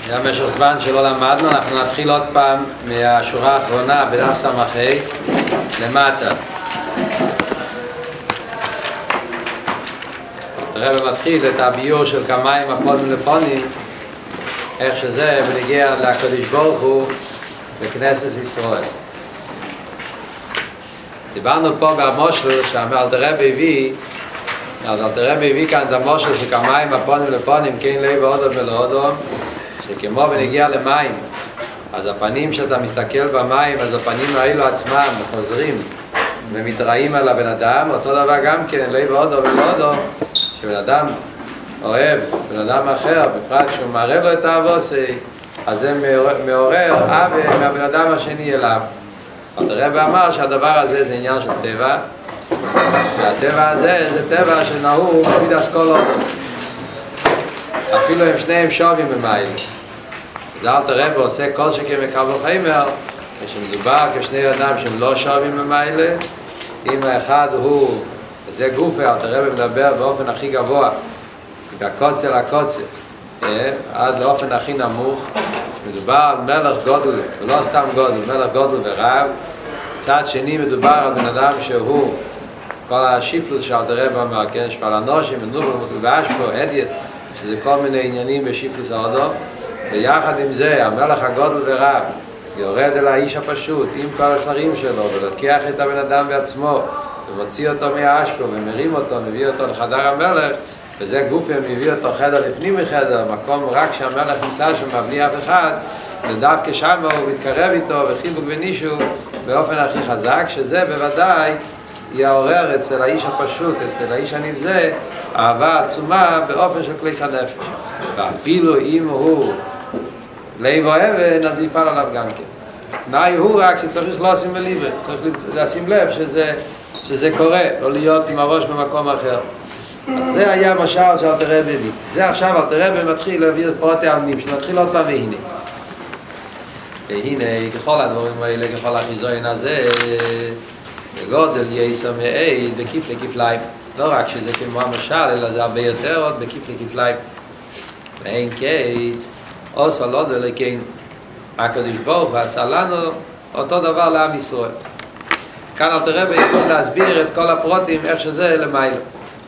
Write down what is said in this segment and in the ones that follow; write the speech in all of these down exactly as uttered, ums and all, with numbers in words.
במשך זמן שלא למדנו, אנחנו נתחיל עוד פעם מהשורה האחרונה בדף סמכי למטה. הרב מתחיל את הביור של כמיים הפונים לפונים, איך שזה בנגיע לקדוש ברוך הוא בכנסת ישראל. דיברנו פה במושל שהאלתר רבי הביא, האלתר רבי הביא כאן את המושל של כמיים הפונים לפונים, כן לב ואודום ולאודום, שכמו בנגיע למים, אז הפנים שאתה מסתכל במים, אז הפנים האלו עצמם חוזרים ומתראים על הבן אדם. אותו דבר גם כן, לב ואודום ולאודום, שבן אדם אוהב בן אדם אחר, בפרט שהוא מערב לו את האבוסי, אז זה מעורר אהבה מהבן אדם השני אליו. הרב אמר שהדבר הזה זה עניין של טבע, והטבע הזה זה טבע שנהוג מידס כל אודום, אפילו הם שניהם שווים במייל. אז הרב עושה כל שכן מקל וחיימר, כשמדובר כשני אדם שהם לא שווים במייל, אם האחד הוא, זה גופה, הרב מדבר באופן הכי גבוה, מהקוצר לקוצר, עד לאופן הכי נמוך, מדובר על מלך גודל, ולא סתם גודל, מלך גודל ורב. צד שני מדובר על בן אדם שהוא כל השיפלוס שהרב אמר, כן, שפל אנושים ונובלמות ובאשפו, הדיית, שזה כל מיני עניינים בשיפלוס האדום, ויחד עם זה המלך הגודל ורב יורד אל האיש הפשוט עם כל השרים שלו ולוקח את הבן אדם בעצמו ומוציא אותו מהאשפו ומרים אותו, מביא אותו לחדר המלך, וזה גופי מביא אותו חדר לפנים מחדר, מקום רק שהמלך נמצא שם בלי אף אחד, ודווקא שם הוא מתקרב איתו וחיבוק בנישהו באופן הכי חזק, שזה בוודאי יעורר אצל האיש הפשוט, אצל האיש הנבזה, אהבה עצומה באופן של כלי הנפש. ואפילו אם הוא לב אוהב, אז יפעל עליו גם כן. תנאי הוא רק שצריך לא לשים בליבה, צריך לשים לב שזה, שזה קורה, לא להיות עם הראש במקום אחר. זה היה משל שאלתר רבי הביא. זה עכשיו אלתר רבי מתחיל להביא את פרוטי העלמין, שנתחיל עוד פעם והנה. והנה, ככל הדברים האלה, ככל החיזוין הזה, גודל יסר מעיד בכיפלי כפליים. לא רק שזה כמו המשל, אלא זה הרבה יותר עוד בכיפלי כפליים. ואין קץ, עושה לא דלכן, הקדוש ברוך הוא עשה לנו אותו דבר לעם ישראל. כאן אלתר רבי יכול להסביר את כל הפרוטים, איך שזה למיילו.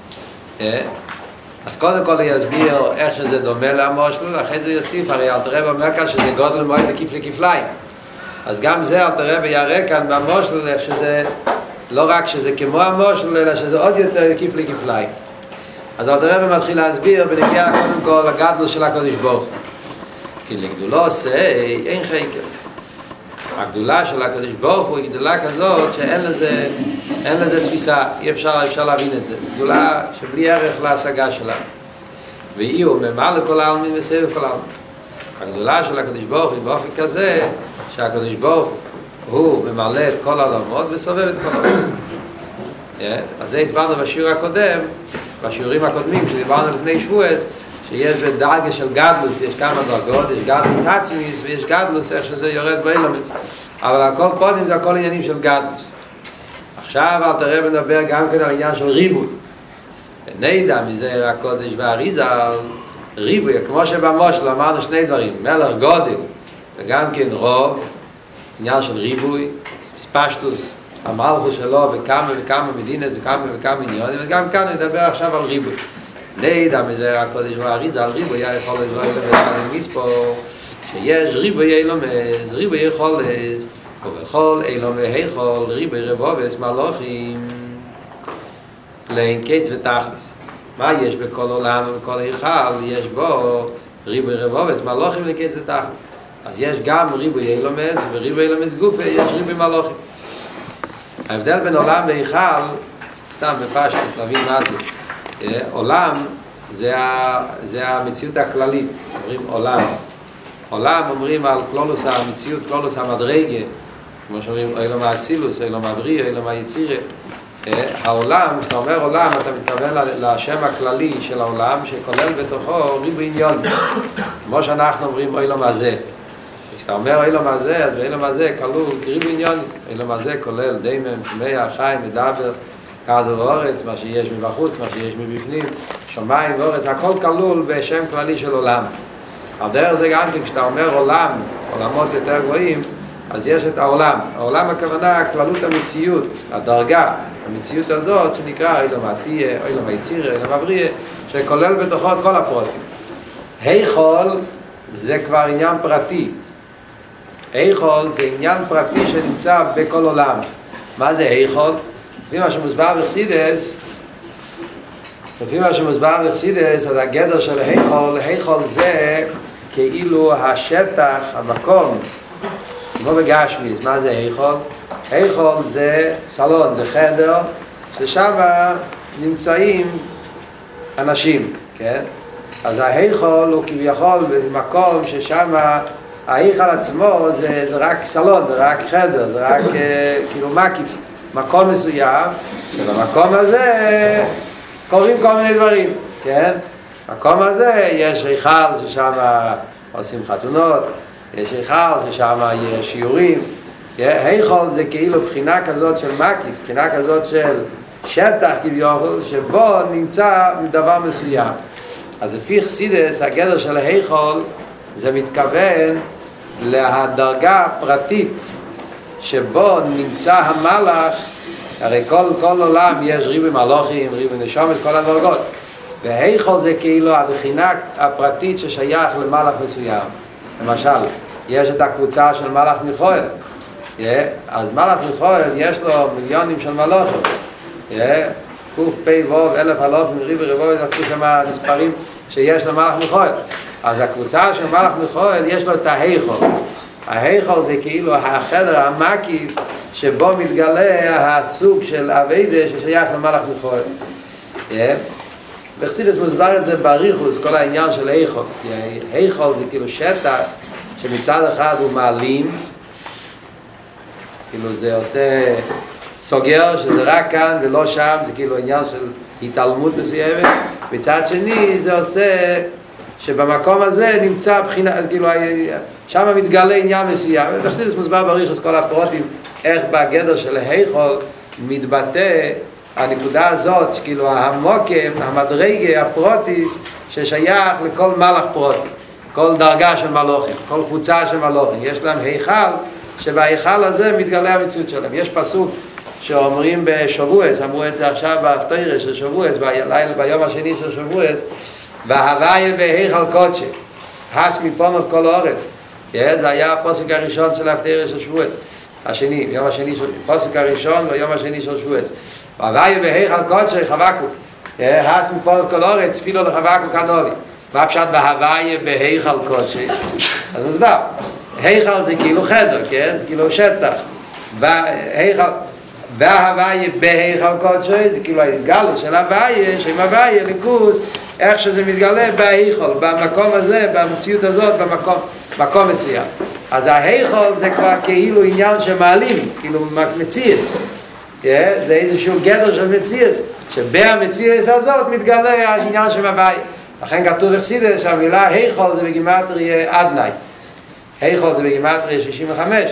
אז קודם כל יסביר איך שזה דומה למושל, ואחרי זה יוסיף, הרי אלתר רבי אומר כאן שזה גודל מועיל בכיפלי כפליים. אז גם זה אלתר רבי יראה כאן במושל, איך שזה לא רק שזה כמו המושל, אלא שזה עוד יותר כיפלי כפליים. אז אלתר רבי מתחיל להסביר בנגיע קודם כל לגדלוס של הקדוש ברוך הוא. כי לגדולו עושה אין חקר. הגדולה של הקדוש ברוך הוא היא גדולה כזאת שאין לזה, אין לזה תפיסה, אי אפשר, אפשר להבין את זה. גדולה שבלי ערך להשגה שלה. והיא הוא ממלא כל העלמין וסבב כל העלמין. הגדולה של הקדוש ברוך הוא באופן כזה שהקדוש ברוך הוא ממלא את כל העולמות וסובב את כל העולמות. אז זה הסברנו בשיעור הקודם, בשיעורים הקודמים שדיברנו לפני שבועס, שיש בדרגה של גדלוס, יש כמה דרגות, יש גדלוס עצמיס ויש גדלוס איך שזה יורד באילומס, אבל הכל פונים זה הכל עניינים של גדלוס. עכשיו אלתר רבי מדבר גם כן על עניין של ריבוי, ונדע מזה הקודש והאריזה ריבוי, כמו שבמושל אמרנו שני דברים, מלך גודל וגם כן רוב, עניין של ריבוי, ספשטוס המלכות שלו בכמה וכמה מדינס וכמה וכמה עניונים, וגם כאן נדבר עכשיו על ריבוי. נדע מזה הקודש והאריזה על ריבוי יכול לזרוע לבדל מספור, שיש ריבוי אילומס, ריבוי יכולס, ובכל אילומס היכול ריבוי רבובס מלוכים לאין קץ ותכלס. מה יש בכל עולם ובכל היכל? יש בו ריבוי רבובס מלוכים לקץ ותכלס. אז יש גם ריבוי אילומס, וריבוי אילומס גופה יש ריבוי מלוכים. ההבדל בין עולם והיכל, סתם בפשטות להבין מה זה. עולם זה, זה המציאות הכללית, אומרים עולם. עולם אומרים על כלולוס המציאות, כלולוס המדרגה, כמו שאומרים אילום האצילוס, אילום הבריא, אילום היצירה. העולם, כשאתה אומר עולם, אתה מתכוון לשם הכללי של העולם, שכולל בתוכו ריבוי עניון. כמו שאנחנו אומרים אילום הזה. כשאתה אומר אילום הזה, אז באילום הזה כלול ריבוי עניון. אילום הזה כולל דיימם, צמח, חיים, מדבר, כדור ואורץ, מה שיש מבחוץ, מה שיש מבפנים, שמיים ואורץ, הכל כלול בשם כללי של עולם. על דרך זה גם כן כשאתה אומר עולם, עולמות יותר גבוהים, אז יש את העולם. העולם הכוונה, כללות המציאות, הדרגה, המציאות הזאת שנקרא אילום העשייה, אילום היצירה, אילום הבריאה, שכולל בתוכו את כל הפרוטים. היכול זה כבר עניין פרטי. היכול זה עניין פרטי שנמצא בכל עולם. מה זה היכול? לפי מה שמוסבר בחסידס, לפי מה שמוסבר בחסידס, אז הגדר של היכול, היכול זה כאילו השטח, המקום, כמו בגשמיס. מה זה היכול? היכול זה סלון, זה חדר, ששם נמצאים אנשים, כן? אז ההיכול הוא כביכול במקום ששם ההיכל עצמו זה, זה רק סלון, זה רק חדר, זה רק כאילו מקיף, מקום מסוים, ובמקום הזה קורים כל מיני דברים, כן? במקום הזה יש היכל ששם עושים חתונות, יש היכל ששם יש שיעורים. היכל זה כאילו בחינה כזאת של מקיף, בחינה כזאת של שטח כביכול, שבו נמצא דבר מסוים. אז לפי חסידס, הגדר של היכל זה מתכוון להדרגה הפרטית שבו נמצא המלאך. הרי כל, כל עולם יש ריבי מלוכים, ריבי נשומת, כל הדרגות. והיכל זה כאילו הבחינה הפרטית ששייך למלאך מסוים. למשל, יש את הקבוצה של מלאך מיכאל. Yeah, אז מלאך מיכאל יש לו מיליונים של מלאכים. Yeah, קוף פי ווב אלף אלופים ריבי רבוי, זה שם מספרים שיש למלאך מיכאל. אז הקבוצה של מלאך מיכאל יש לו את ההיכל. ההיכל זה כאילו החדר המקיף שבו מתגלה הסוג של עבודה ששייך למלאך מיכאל. Yeah. בחסידס מוסבר את זה באריכות, כל העניין של היכל. היכל זה כאילו שטח שמצד אחד הוא מעלים, כאילו זה עושה סוגר שזה רק כאן ולא שם, זה כאילו עניין של התעלמות מסוימת. מצד שני זה עושה שבמקום הזה נמצא בחינה, כאילו שם מתגלה עניין מסוים. בחסידס מוסבר באריכות כל הפרוטים איך בגדר של היכל מתבטא הנקודה הזאת, כאילו המוקם, המדרגה, הפרוטיס ששייך לכל מלאך פרוטי, כל דרגה של מלוכים, כל קבוצה של מלוכים. יש להם היכל, שבהיכל הזה מתגלה המציאות שלהם. יש פסוק שאומרים בשבועס, אמרו את זה עכשיו בהפטרה של שבועס, בלילה, ביום השני של שבועס, והוויה בהיכל קודשי, הס מפונות כל הארץ. זה היה הפסוק הראשון של ההפטרה של שבועס, השני, יום השני של, הפסוק הראשון ויום השני של שבועס. והוויה בהיכל קודשי חבקוק, הס מפונות כל הארץ, תפילו לחבקוק הנובי. מה פשט בהוויה בהיכל קודשי? אז מוסבר. היכל זה כאילו חדר, כן? זה כאילו שטח. וההיכל, וההוויה בהיכל קודשי, זה כאילו ההסגלה של ההוויה, שעם ההוויה ליכוס, איך שזה מתגלה בהיכל, במקום הזה, במציאות הזאת, במקום, מקום מסוים. אז ההיכל זה כבר כאילו עניין שמעלים, כאילו מציאות. זה איזשהו גדר של מציאות, שבהמציאות הזאת מתגלה העניין של ההוויה. לכן כתוב בחסידס שהמילה היכל זה בגימטריה אדנאי. היכל זה בגימטריה שישים וחמש.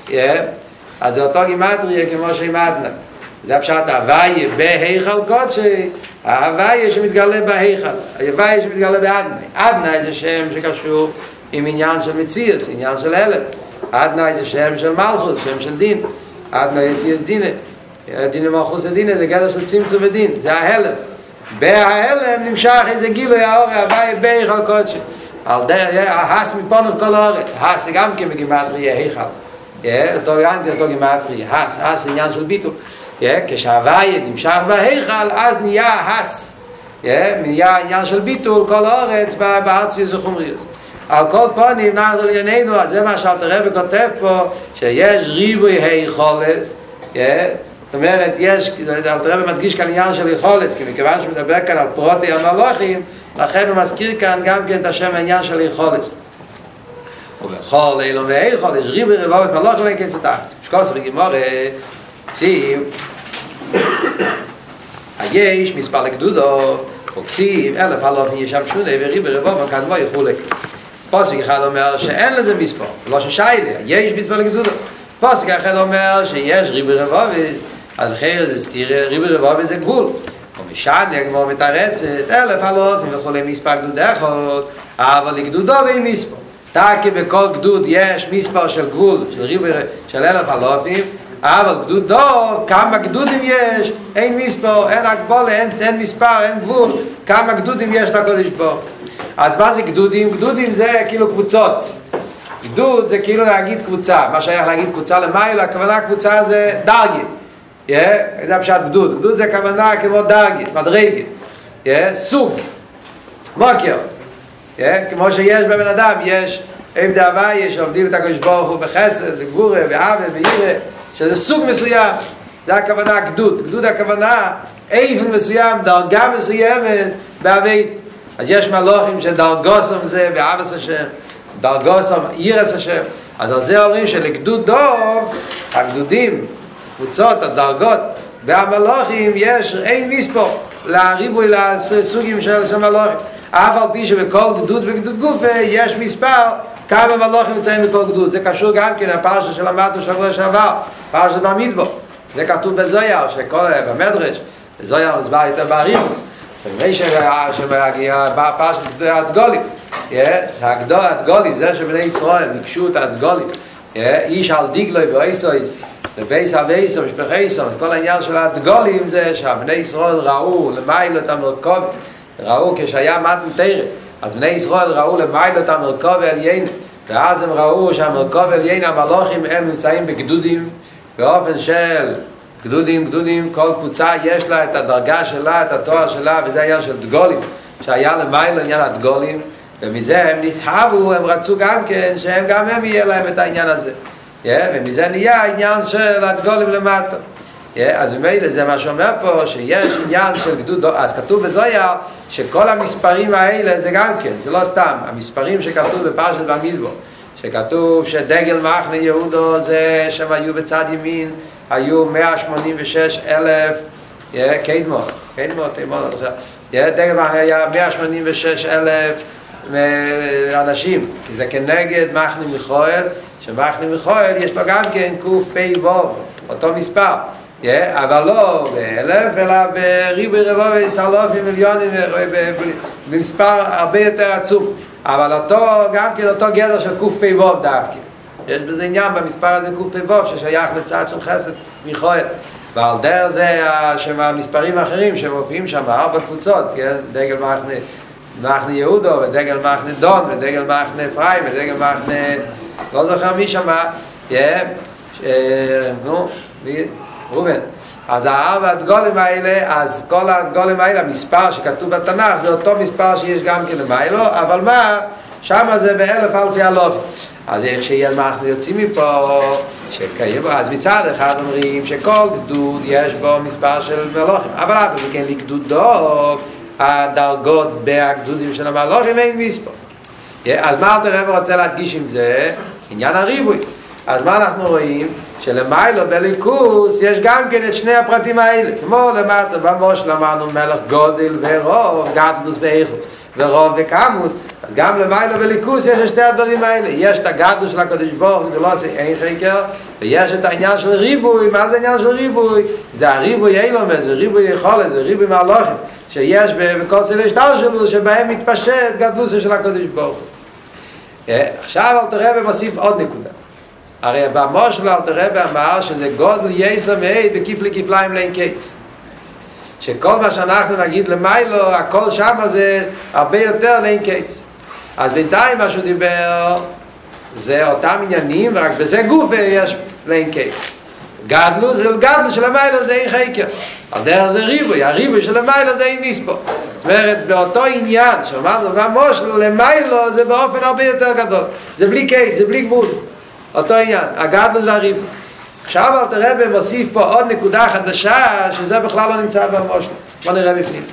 אז זה אותו גימטריה כמו שעם אדנאי. זה הפשט ההוויה בהיכל קודשי, ההוויה שמתגלה בהיכל, ההוויה שמתגלה באדנאי. אדנאי זה שם שקשור עם עניין של מציאות, עניין של הלם. אדנאי זה שם של מלכות, שם של דין. אדנאי יציאס דינה. דין למלכות הדינה זה גדר של צמצום ודין, זה ההלם. בההלם נמשך איזה גילוי האור ההוויה בהיכל קודשי. על דרך, ההס מפונות כל הארץ. הס זה גם כן בגימטריה היכל. אותו גם כן אותו גימטריה. הס, הס עניין של ביטול. כשההוויה נמשך בהיכל, אז נהיה הס. נהיה עניין של ביטול כל הארץ בארציוס וחומריוס. על כל פנים נחזור לענייננו, אז זה מה שאלתר רבי כותב פה, שיש ריבוי היכולת. זאת אומרת, יש, אלתר רבי מדגיש כאן עניין של יכולת, כי מכיוון שמדבר כאן על פרוטי המלוכים, לכן הוא מזכיר כאן גם כן את השם העניין של יכולת. ובכל אילו מהיכול, יש ריבוי רבובת מלוכים וכת ותחת. משקוס בגימור, כסיב, היש מספר לגדודו, וכסיב, אלף אלופים ישמשונה, וריבוי רבובת כדמו יחולק. אז פוסק אחד אומר שאין לזה מספר, לא ששיילה, יש מספר לגדודו. פוסק אחד אומר שיש ריבוי רבובת, אז אחרי זה סתיר ריבוי רבובת זה גבול. ומשעני הגמור מתרצת, אלף אלופים וכולי מספר גדודות, אבל לגדודו ואין מספר. תקי בכל גדוד יש מספר של גבול, של ריבוי, של אלף אלופים, אבל גדודו, כמה גדודים יש, אין מספר, אין הגבולה, אין, אין מספר, אין גבול, כמה גדודים יש לקודש ברוך. אז מה זה גדודים? גדודים זה כאילו קבוצות. גדוד זה כאילו להגיד קבוצה. מה שייך להגיד קבוצה למעלה, הכוונה קבוצה זה דרגית. Yeah, זה הפשט גדוד. גדוד זה הכוונה כמו דרגית, מדרגית. Yeah, סוג. מוקר. Yeah, כמו שיש בבן אדם, יש עבדי הווי, שעובדים את הקדוש ברוך הוא בחסד, בגבורה, באהבה, ביראה, שזה סוג מסוים. זה הכוונה גדוד. גדוד הכוונה איפן מסוים, דרגה מסוימת בעבד. אז יש מלוכים שדרגוסם זה באהבת השם, דרגוסם יראת השם. אז על זה אומרים שלגדוד דוב, הגדודים, קבוצות, הדרגות והמלוכים יש אין מספר לריבוי לסוגים של מלוכים. אף על פי שבכל גדוד וגדוד גופה יש מספר כמה מלוכים נמצאים בכל גדוד. זה קשור גם כן לפרשה שלמדנו שבוע שעבר, פרשת במדבר. זה כתוב בזויר, שכל במדרש, בזויר מסבר יותר באריכות. ומי שמגיע בפרשת הדגולים, הדגולים, זה שבני ישראל ביקשו את הדגולים, איש על דגלוי ואיסויס, לבייס אבייסו, משפחייסו, כל העניין של הדגולים זה שהבני ישראל ראו למעלה את המרכוב, ראו כשהיה מתן תרא, אז בני ישראל ראו למעלה את המרכוב עליין, ואז הם ראו שהמרכוב עליין המלוכים הם נמצאים בגדודים, באופן של גדודים, גדודים, כל קבוצה יש לה את הדרגה שלה, את התואר שלה, וזה העניין של דגולים, שהיה למעלה עניין הדגולים, ומזה הם נסחבו, הם רצו גם כן, שהם גם הם יהיה להם את העניין הזה. Yeah, ומזה נהיה העניין של הדגולים למטה. Yeah, אז ממילא זה מה שאומר פה, שיש עניין של גדוד, אז כתוב בזויר, שכל המספרים האלה זה גם כן, זה לא סתם, המספרים שכתוב בפרשת במדבר, שכתוב שדגל מחנה יהודו זה שהם היו בצד ימין, היו מאה שמונים ושש אלף, קדמות, קדמות, תימות, דגל מחנה היה מאה שמונים ושש אלף אנשים, כי זה כנגד מחנה מיכאל, שמחנה מיכאל יש לו גם כן קוף פי ווב, אותו מספר, אבל לא באלף, אלא בריבוי רבובי סלופים מיליונים, במספר הרבה יותר עצום, אבל אותו, גם כן אותו גדר של קוף פי ווב דווקא. יש בזה עניין במספר הזה קוף פי ווב ששייך לצד של חסד מיכאל, ועל דרך זה המספרים האחרים שמופיעים שם בארבע קבוצות, דגל מחנה מחנה יהודו, ודגל מחנה דון, ודגל מחנה אפרים, ודגל מחנה לא זוכר מי שמה, נו, רובן. אז הארבע הדגולים האלה, אז כל הדגולים האלה, המספר שכתוב בתנ"ך, זה אותו מספר שיש גם כן למיילו, אבל מה? שם זה באלף אלפי אלוף. אז איך שאנחנו יוצאים מפה, שקיים, אז מצד אחד אומרים שכל גדוד יש בו מספר של מלוכים, אבל אף זה כן לגדודו, הדרגות בהגדודים של המלוכים אין מספר. אז מה אתה רב רוצה להדגיש עם זה? עניין הריבוי. אז מה אנחנו רואים? שלמיילו בליכוס יש גם כן את שני הפרטים האלה, כמו למטה במושל אמרנו מלך גודל ורוב, גדלוס באיכות ורוב וכמוס, אז גם למיילו בליכוס יש שתי הדברים האלה, יש את הגדלוס של הקדוש ברוך הוא, זה לא עושה אין חקר, ויש את העניין של ריבוי. מה זה העניין של ריבוי? זה הריבוי אילומס, זה ריבוי יכולת, זה ריבוי מהלוכים שיש בכל סביב שטר שלו, שבהם מתפשט גדלוס של הקדוש ברוך הוא. עכשיו אל תראה ומוסיף עוד נקודה. הרי במושל אל תראה ואמר שזה גודל יסר מעיד בכיפלי כפליים לאין קייס, שכל מה שאנחנו נגיד למיילו הכל שם זה הרבה יותר לאין קייס. אז בינתיים מה שהוא דיבר זה אותם עניינים, ורק בזה גוף יש לאין קייס. גדלו זה גדלו של המיילו זה אין חקר, על דרך זה ריבוי, הריבוי של המיילו זה אין מספר. זאת אומרת באותו עניין שאמרנו במושל למיילו זה באופן הרבה יותר גדול, זה בלי קייס, זה בלי גבול, אותו עניין, הגדלוס והריבוי. עכשיו אל תראה ומוסיף פה עוד נקודה חדשה שזה בכלל לא נמצא במושל. בוא נראה בפנים.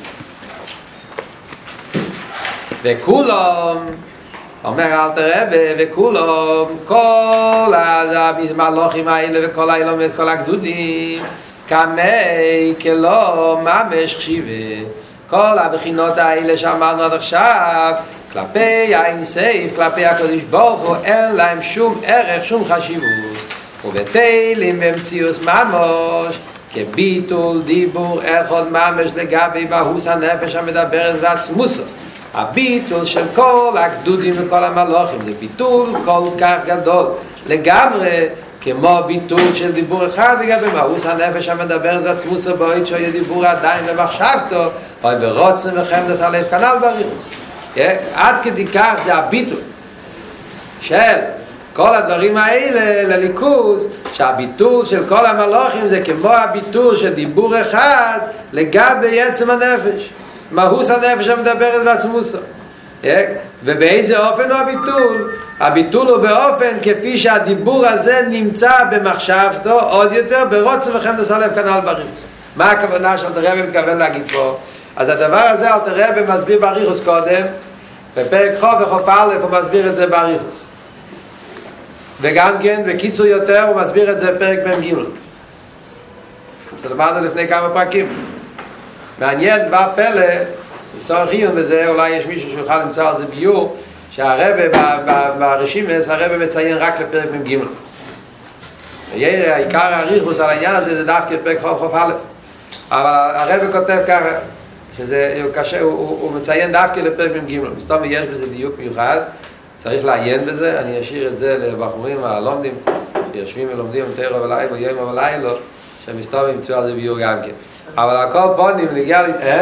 וכולם, אומר אל תראה וכולם, כל המלוכים האלה וכל האילומות, כל הגדודים, כמי כלא ממש חשיבה. כל הבחינות האלה שאמרנו עד עכשיו, כלפי האינסייף, כלפי הקדוש ברוך הוא, אין להם שום ערך, שום חשיבות. ובטלים במציאוס ממש, כביטול דיבור אחד ממש לגבי מהות הנפש המדברת ועצמוסו. הביטול של כל הגדודים וכל המלוכים זה ביטול כל כך גדול לגמרי כמו ביטול של דיבור אחד לגבי מהות הנפש המדברת בעצמוס ובעוד שיהיה דיבור עדיין במחשבתו או ברוצן וחמדת הלב כנ"ל בריחוס. עד כדי כך זה הביטול של כל הדברים האלה לליכוז, שהביטול של כל המלוכים זה כמו הביטול של דיבור אחד לגבי עצם הנפש, מהות הנפש המדברת בעצמוסו. ובאיזה אופן הוא הביטול? הביטול הוא באופן כפי שהדיבור הזה נמצא במחשבתו עוד יותר ברוצן וחמדת הלב כנ"ל בריחוס. מה הכוונה שאלתר רבי מתכוון להגיד פה? אז הדבר הזה אלתר רבי מסביר בריחוס קודם, בפרק חוף וחוף א' הוא מסביר את זה בריחוס, וגם כן בקיצור יותר הוא מסביר את זה בפרק מ"ג שלמדנו לפני כמה פרקים. מעניין דבר פלא, לצורך עיון בזה, אולי יש מישהו שיוכל למצוא על זה ביור, שהרבא ברשימס הרבא מציין רק לפרק מ"ג. העיקר הריחוס על העניין הזה זה דווקא בפרק חוף חוף א', אבל הרבא כותב ככה שזה קשה, הוא, הוא, הוא מציין דווקא לפרק מ"ג. מסתום יש בזה דיוק מיוחד, צריך לעיין בזה. אני אשאיר את זה לבחורים הלומדים שיושבים ולומדים תורה ולילה ויום ולילה, שמסתום ימצאו על זה ביור גם כן. אבל הכל פונים נגיע לי... אה?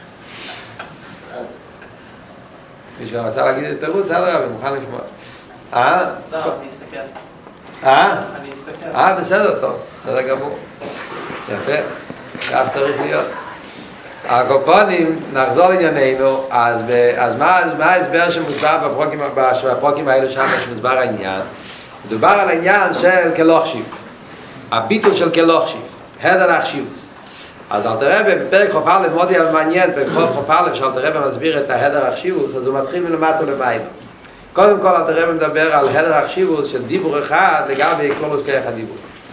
מישהו רצה להגיד את תירוץ? הלאה, אני מוכן לשמוע. אה? לא, אני אסתכל. אה? אני אסתכל. אה, בסדר, טוב. בסדר גמור. יפה. כך צריך להיות. הקופונים, נחזור לענייננו. אז, ב, אז מה, מה ההסבר שמוסבר בפרוקים, בפרוקים האלה שם שמוסבר העניין? מדובר על העניין של כלוכשיב. הביטול של כלוכשיב. הדר החשיבוס. אז אלתר רבי בפרק חוף א' מאוד מעניין, בפרק חוף א' שאלתר רבי מסביר את ההדר החשיבוס, אז הוא מתחיל מלמטה למעלה. קודם כל אלתר רבי מדבר על הדר החשיבוס של דיבור אחד לגבי כלולוס כיח הדיבור.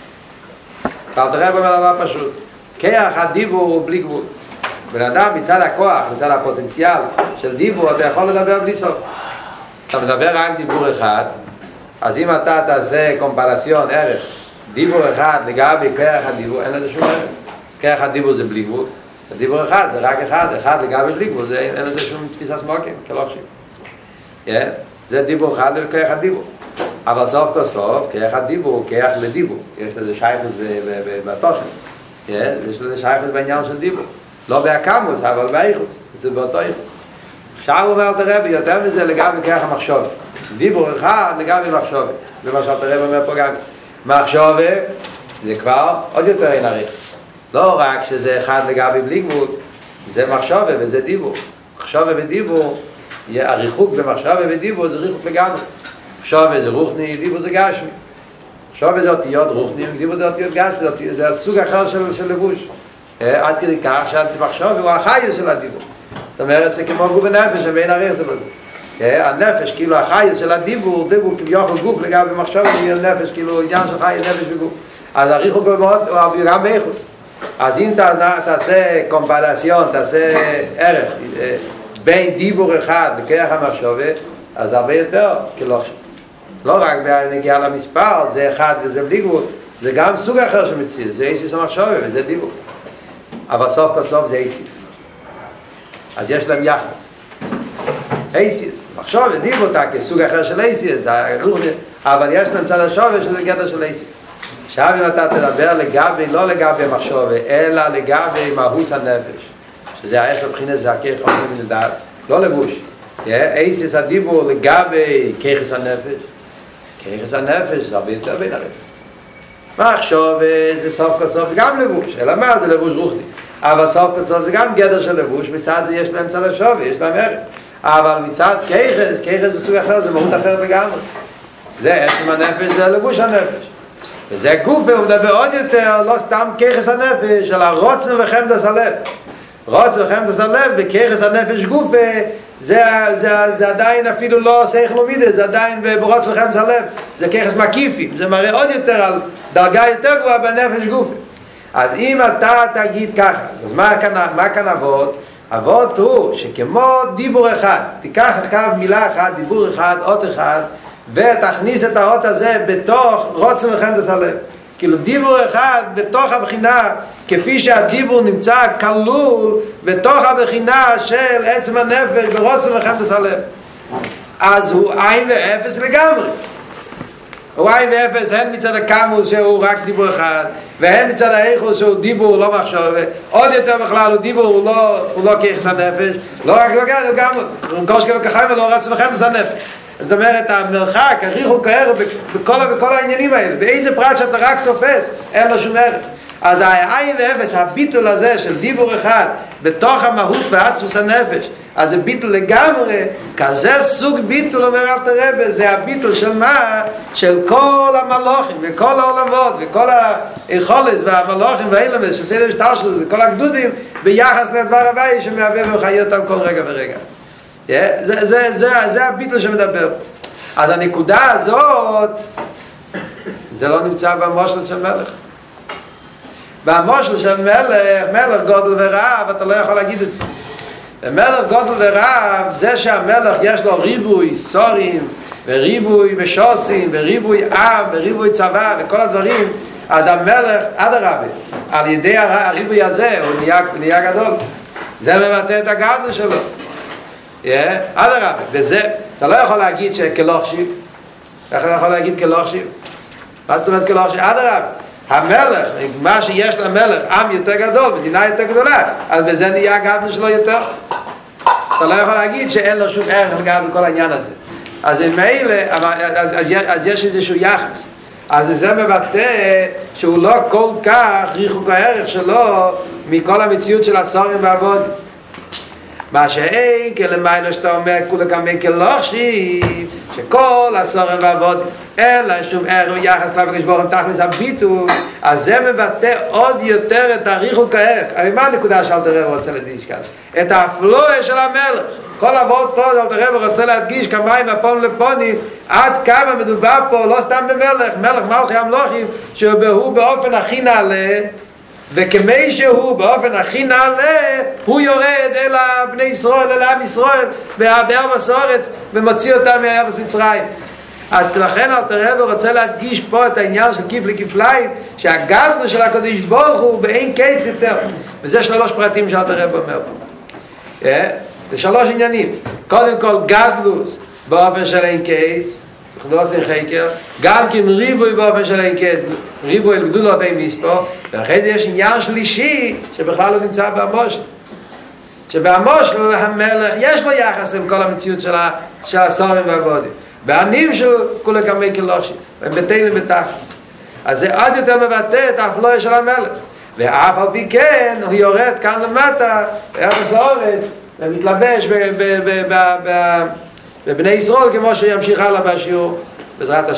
ואלתר רבי אומר דבר פשוט, כיח הדיבור הוא בלי גבול. בן אדם מצד הכוח, מצד הפוטנציאל של דיבור, אתה יכול לדבר בלי סוף. אתה מדבר רק דיבור אחד, אז אם אתה תעשה קומפרציון ערך, דיבור אחד לגבי כיח הדיבור, אין לזה שום ערך. כיח הדיבור זה בלי גבול, הדיבור אחד זה רק אחד, אחד לגבי בלי גבול, זה, אין לזה שום תפיסה סמוקים, כלוכשיב. Yeah. זה דיבור אחד וכיח הדיבור. אבל סוף כל סוף, כיח הדיבור הוא כיח לדיבור. יש לזה שייכות בתוכן. Yeah. יש לזה שייכות בעניין של דיבור. לא בהקמוס, אבל באיכות. זה באותו איכות. עכשיו הוא אומר אלתר רבי, יותר מזה לגבי כיח המחשוב. דיבור אחד לגבי מחשוב. זה מה שאלתר רבי אומר פה גם. מחשוב זה כבר עוד יותר אין עריך. לא רק שזה אחד לגבי בלי גבול, זה מחשבה וזה דיבור. מחשבה ודיבור, הריחוק במחשבה ודיבור זה ריחוק לגמרי. מחשבה זה רוחני, דיבור זה גשמי. מחשבה זה אותיות רוחני, דיבור זה אותיות גשמי, זה הסוג אחר של, של לבוש. עד כדי כך שהמחשבה הוא החייס של הדיבור. זאת אומרת, זה כמו גוף ונפש, שבין הריח זה בזה. הנפש, כאילו החייס של הדיבור, דיבור כביכול גוף לגבי מחשבה, נפש, כאילו עניין של חייס, נפש וגוף. אז הריחוק הוא מאוד, הוא גם באיכוס. אז אם תעשה קומפרציון, תעשה ערך בין דיבור אחד לכיח המחשבה, אז הרבה יותר כלוכשיב. לא רק בנגיעה למספר, זה אחד וזה בלי גבול, זה גם סוג אחר שמציע, זה איסיס המחשבה וזה דיבור. אבל סוף כל סוף זה איסיס. אז יש להם יחס. איסיס, מחשבה ודיבור אתה כסוג אחר של איסיס, אבל יש להם צד השווה שזה גדר של איסיס. עכשיו אם אתה תדבר לגבי, לא לגבי המחשבה, אלא לגבי מהות הנפש, שזה העשר בחינות, זה הכיח חומרים מן הדעת, לא לבוש. איסיס הדיבור לגבי כיחס הנפש, כיחס הנפש זה הרבה יותר בין הרפש. מחשבה זה סוף כל סוף, זה גם לבוש, אלא מה? זה לבוש רוחני. אבל סוף כל סוף זה גם גדר של לבוש, מצד זה יש להם צד השווה, יש להם ערך. אבל מצד כיחס, כיחס זה סוג אחר, זה מהות אחר בגמרי. זה עצם הנפש, זה לבוש הנפש. וזה גוף, הוא מדבר עוד יותר, לא סתם כיחס הנפש, אלא רוצן וחמדת הלב. רוצן וחמדת הלב, בכיחס הנפש גוף, זה, זה, זה עדיין אפילו לא שכל ומידה, זה עדיין ברוצן וחמדת הלב. זה כיחס מקיפי, זה מראה עוד יותר על דרגה יותר גבוהה בנפש גוף. אז אם אתה תגיד ככה, אז מה כאן, מה כאן עבוד? עבוד הוא שכמו דיבור אחד, תיקח קו מילה אחת, דיבור אחד, אות אחד, ותכניס את האות הזה בתוך רוצן וחמדת הלב. כאילו דיבור אחד בתוך הבחינה כפי שהדיבור נמצא כלול בתוך הבחינה של עצם הנפש ברוצן וחמדס הלב. אז הוא עין ואפס לגמרי. הוא עין ואפס הן מצד הקמוס שהוא רק דיבור אחד, והן מצד האיכוס שהוא דיבור לא מחשוב, עוד יותר בכלל הוא דיבור, הוא לא, הוא לא כיחס הנפש, לא רק לא כאן, הוא גם קושקה וכחיים ולא רץ וחמדס הנפש. זאת אומרת, המרחק, הריחוק כערך בכל, בכל העניינים האלה, באיזה פרט שאתה רק תופס, אין לו שום ערך. אז העין ואפס, הביטול הזה של דיבור אחד בתוך המהות ועצמוס הנפש, אז זה ביטול לגמרי, כזה סוג ביטול אומר אלתר רבי, זה הביטול של מה? של כל המלוכים וכל העולמות וכל היכולת והמלוכים והאילמס של סדר שטרשלוס וכל הגדודים ביחס לדבר הווי שמהווה ומחיה אותם כל רגע ורגע. Yeah, זה, זה, זה, זה הביטול שמדבר. אז הנקודה הזאת זה לא נמצא במושל של מלך. במושל של מלך, מלך גודל ורעב, אתה לא יכול להגיד את זה. מלך גודל ורעב, זה שהמלך יש לו ריבוי סורים וריבוי ושוסים וריבוי עם וריבוי צבא וכל הדברים, אז המלך אדרבה, על ידי הריבוי הזה הוא נהיה, נהיה גדול. זה מבטא את הגדול שלו. אדרבה, וזה אתה לא יכול להגיד שכלוכשיב. איך אתה יכול להגיד כלוכשיב? מה זאת אומרת כלוכשיב? אדרבה, המלך, מה שיש למלך, עם יותר גדול, מדינה יותר גדולה, אז בזה נהיה הגדול שלו יותר. אתה לא יכול להגיד שאין לו שום ערך לגבי כל העניין הזה. אז מילא, אז, אז, אז יש איזשהו יחס. אז זה מבטא שהוא לא כל כך ריחוק הערך שלו מכל המציאות של הסורים והעבוד. מה שאין, כלמיילו שאתה אומר, כולה כמי כלוכשיב, שכל הסורים והעבוד אין להם שום ערך ויחס כלפי הקדוש ברוך הוא תכלס הביטול, אז זה מבטא עוד יותר את הריחוק הערך. הרי מה הנקודה שאלתר רבי רוצה להדגיש כאן? את האפלואה של המלך. כל עבוד פה אלתר רבי רוצה להדגיש כמים הפונים לפונים, עד כמה מדובר פה לא סתם במלך, מלך מלכי המלוכים, שהוא באופן הכי נעלה, וכמי שהוא באופן הכי נעלה, הוא יורד אל בני ישראל, אל עם ישראל, בארבע הארץ, ומוציא אותם מארץ מצרים. אז לכן אלתר רבי רוצה להדגיש פה את העניין של כיף לכפליים, שהגדלות של הקדוש ברוך הוא באין קץ יותר. וזה שלוש פרטים שאלתר רבי אומר פה. זה שלוש עניינים. קודם כל גדלות באופן של אין קץ, אנחנו לא עושים חקר, גם כן ריבוי באופן של אין קץ, ריבוי אל גדולו בין מספור, ואחרי זה יש עניין שלישי שבכלל לא נמצא במושל. שבמושל המלך יש לו יחס עם כל המציאות של הסורים והעבודים. בענים של כולה כמי כלוכשיב, הם בטלים בתכלס. אז זה עוד יותר מבטא את האפלואה של המלך. ואף על פי כן הוא יורד כאן למטה בארץ הארץ ומתלבש בבני ישראל כמו שימשיך הלאה בשיעור בעזרת השם.